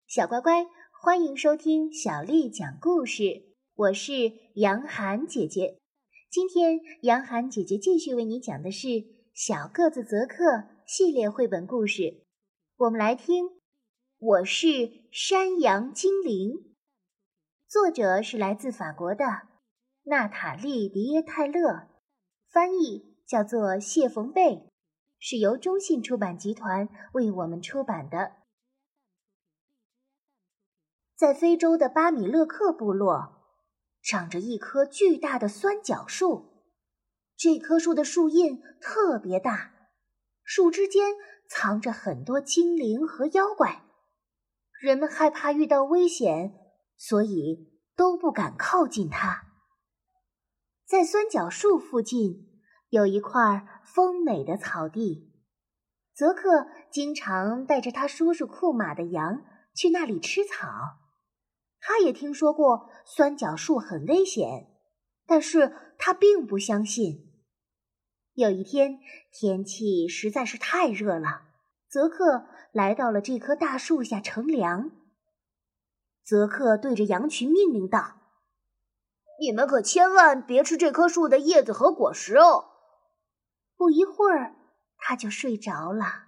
小乖乖，欢迎收听小丽讲故事，我是杨涵姐姐。今天杨涵姐姐继续为你讲的是小个子泽克系列绘本故事，我们来听我是山羊精灵。作者是来自法国的娜塔莉·迪耶泰勒，翻译叫做谢冯贝，是由中信出版集团为我们出版的。在非洲的巴米勒克部落，长着一棵巨大的酸角树。这棵树的树荫特别大，树枝间藏着很多精灵和妖怪。人们害怕遇到危险，所以都不敢靠近它。在酸角树附近有一块丰美的草地，泽克经常带着他叔叔库马的羊去那里吃草。他也听说过酸角树很危险，但是他并不相信。有一天，天气实在是太热了，泽克来到了这棵大树下乘凉。泽克对着羊群命令道：“你们可千万别吃这棵树的叶子和果实哦！”不一会儿，他就睡着了。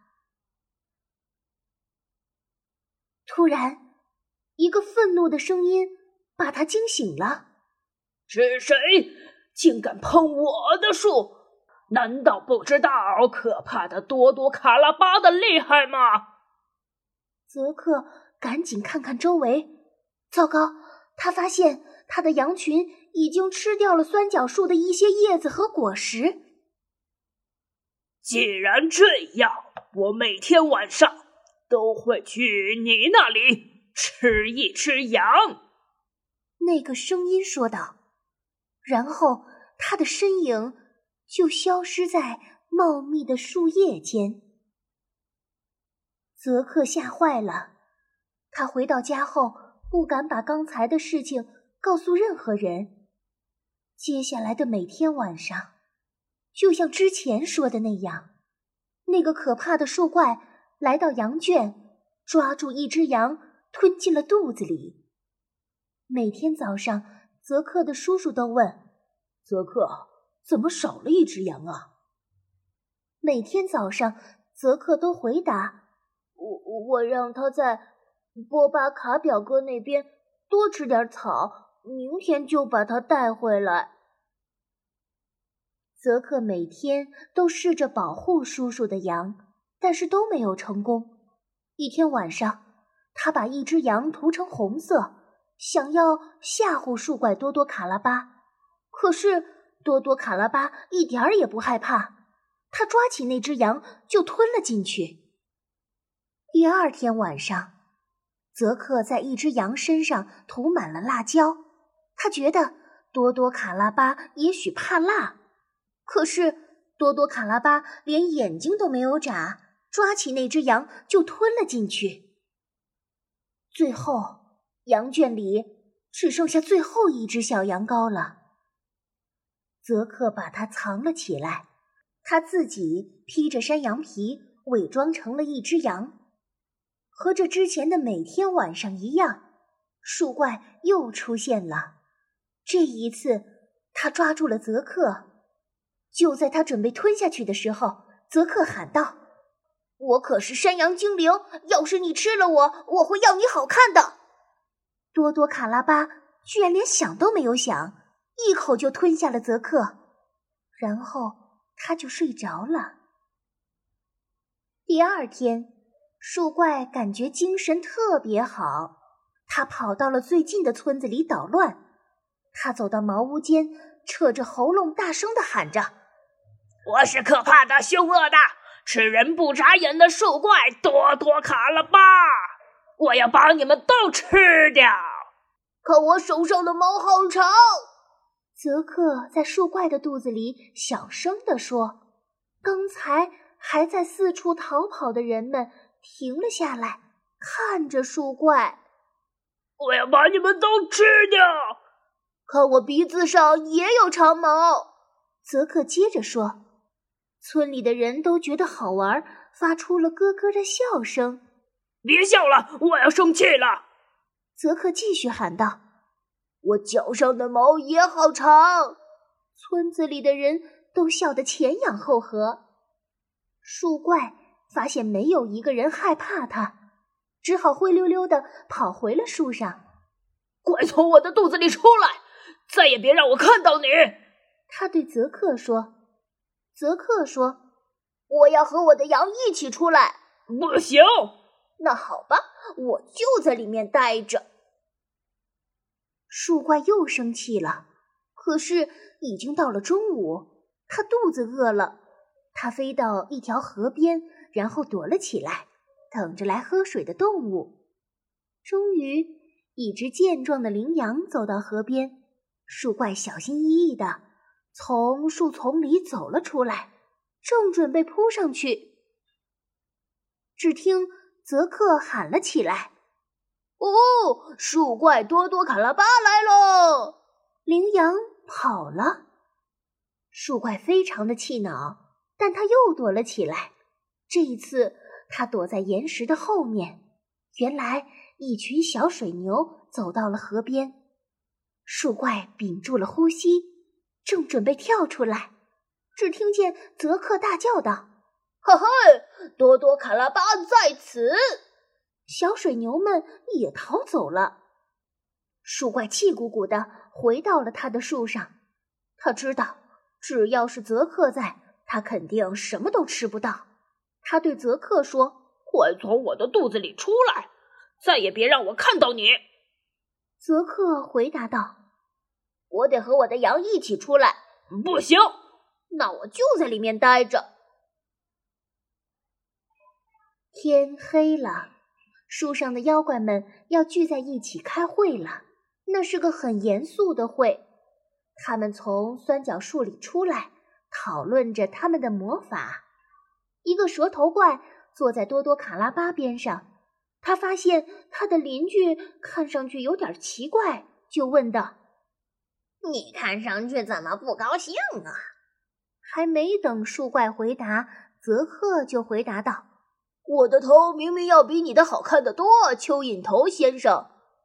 突然，一个愤怒的声音把他惊醒了。 是谁竟敢碰我的树？难道不知道可怕的多多卡拉巴的厉害吗？ 泽克赶紧看看周围，糟糕，他发现他的羊群已经吃掉了酸角树的一些叶子和果实。 既然这样，我每天晚上都会去你那里吃一吃羊。 那个声音说道，然后他的身影就消失在茂密的树叶间。泽克吓坏了，他回到家后不敢把刚才的事情告诉任何人。接下来的每天晚上，就像之前说的那样，那个可怕的树怪来到羊圈，抓住一只羊吞进了肚子里。每天早上，泽克的叔叔都问：“ 泽克，怎么少了一只羊啊？” 每天早上，泽克都回答：“我让他在波巴卡表哥那边多吃点草，明天就把他带回来。”泽克每天都试着保护叔叔的羊，但是都没有成功。一天晚上，他把一只羊涂成红色，想要吓唬树怪多多卡拉巴。可是多多卡拉巴一点儿也不害怕，他抓起那只羊就吞了进去。第二天晚上，泽克在一只羊身上涂满了辣椒，他觉得多多卡拉巴也许怕辣。可是多多卡拉巴连眼睛都没有眨，抓起那只羊就吞了进去。最后，羊圈里只剩下最后一只小羊羔了。泽克把它藏了起来，他自己披着山羊皮，伪装成了一只羊。和这之前的每天晚上一样，树怪又出现了。这一次，他抓住了泽克。就在他准备吞下去的时候，泽克喊道：“我可是山羊精灵，要是你吃了我，我会要你好看的。”多多卡拉巴居然连想都没有想，一口就吞下了泽克，然后他就睡着了。第二天，树怪感觉精神特别好，他跑到了最近的村子里捣乱。他走到茅屋间，扯着喉咙大声地喊着：“ 我是可怕的、凶恶的、吃人不眨眼的树怪多多卡拉巴，我要把你们都吃掉！ 可我手上的毛好长。”泽克在树怪的肚子里小声地说。刚才还在四处逃跑的人们停了下来，看着树怪。 “我要把你们都吃掉！ 可我鼻子上也有长毛。”泽克接着说。村里的人都觉得好玩，发出了咯咯的笑声。 别笑了，我要生气了！ 泽克继续喊道：“我脚上的毛也好长！”村子里的人都笑得前仰后合。树怪发现没有一个人害怕他，只好灰溜溜地跑回了树上。 快从我的肚子里出来，再也别让我看到你！ 他对泽克说。泽克说：“我要和我的羊一起出来。” 不行。 那好吧，我就在里面待着。树怪又生气了，可是已经到了中午，他肚子饿了。他飞到一条河边，然后躲了起来，等着来喝水的动物。终于，一只健壮的羚羊走到河边，树怪小心翼翼地从树丛里走了出来，正准备扑上去，只听泽克喊了起来：“哦，树怪多多卡拉巴来喽！”羚羊跑了。树怪非常的气恼，但他又躲了起来。这一次，他躲在岩石的后面。原来，一群小水牛走到了河边。树怪屏住了呼吸，正准备跳出来，只听见泽克大叫道：“嘿嘿，多多卡拉巴在此！”小水牛们也逃走了。树怪气鼓鼓地回到了他的树上。他知道，只要是泽克在，他肯定什么都吃不到。他对泽克说：“ 快从我的肚子里出来，再也别让我看到你！” 泽克回答道：“我得和我的羊一起出来。” 不行。 那我就在里面待着。天黑了，树上的妖怪们要聚在一起开会了。那是个很严肃的会。他们从酸角树里出来，讨论着他们的魔法。一个蛇头怪坐在多多卡拉巴边上，他发现他的邻居看上去有点奇怪，就问道：“你看上去怎么不高兴啊？”还没等树怪回答，泽克就回答道：“我的头明明要比你的好看得多，蚯蚓头先生。”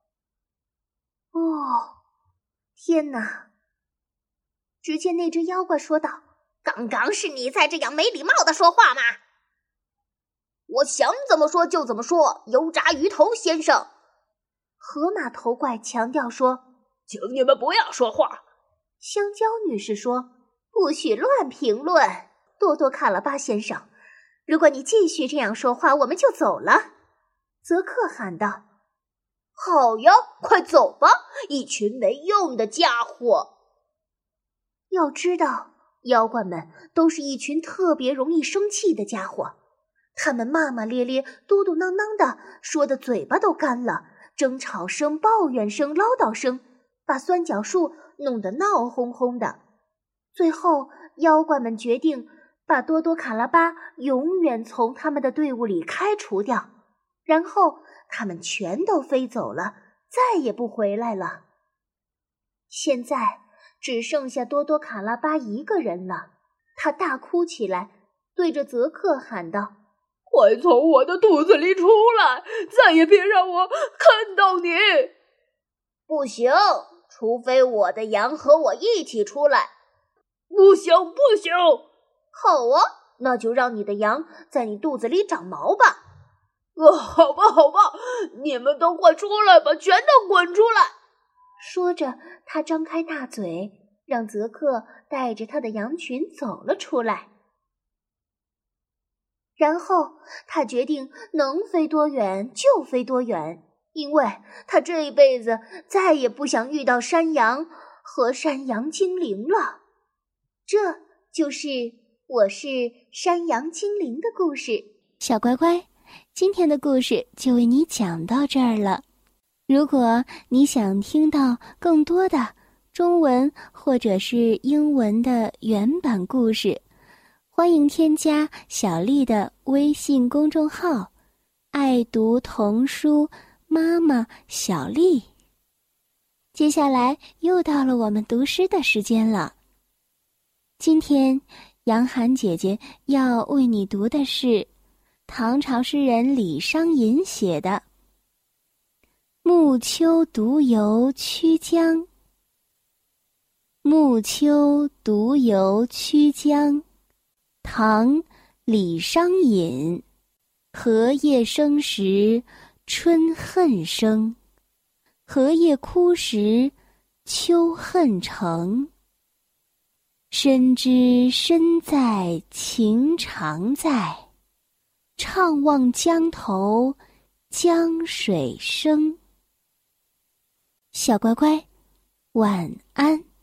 哦，天哪！只见那只妖怪说道：“刚刚是你在这样没礼貌的说话吗？”“我想怎么说就怎么说，油炸鱼头先生。”河马头怪强调说：“ 请你们不要说话。” 香蕉女士说：“不许乱评论，多多卡拉巴先生，如果你继续这样说话，我们就走了。”泽克喊道：“好呀，快走吧，一群没用的家伙！”要知道，妖怪们都是一群特别容易生气的家伙，他们骂骂咧咧、嘟嘟囔囔的，说的嘴巴都干了，争吵声、抱怨声、唠叨声，把酸角树弄得闹哄哄的。最后，妖怪们决定把多多卡拉巴永远从他们的队伍里开除掉，然后他们全都飞走了，再也不回来了。现在只剩下多多卡拉巴一个人了，他大哭起来，对着泽克喊道：“ 快从我的肚子里出来，再也别让我看到你！”“ 不行，除非我的羊和我一起出来。”“ 不行，不行！”“ 好啊，那就让你的羊在你肚子里长毛吧。”“ 好吧，好吧，你们都快出来吧，全都滚出来！” 说着，他张开大嘴，让泽克带着他的羊群走了出来。然后他决定能飞多远就飞多远，因为他这一辈子再也不想遇到山羊和山羊精灵了。这就是我是山羊精灵的故事。 小乖乖，今天的故事就为你讲到这儿了。如果你想听到更多的中文或者是英文的原版故事，欢迎添加小丽的微信公众号“爱读童书妈妈小丽”。接下来又到了我们读诗的时间了。今天杨涵姐姐要为你读的是唐朝诗人李商隐写的。暮秋独游曲江，暮秋独游曲江，唐·李商隐。荷叶生时春恨生，荷叶枯时秋恨成。深知身在情长在，怅望江头江水声。小乖乖，晚安。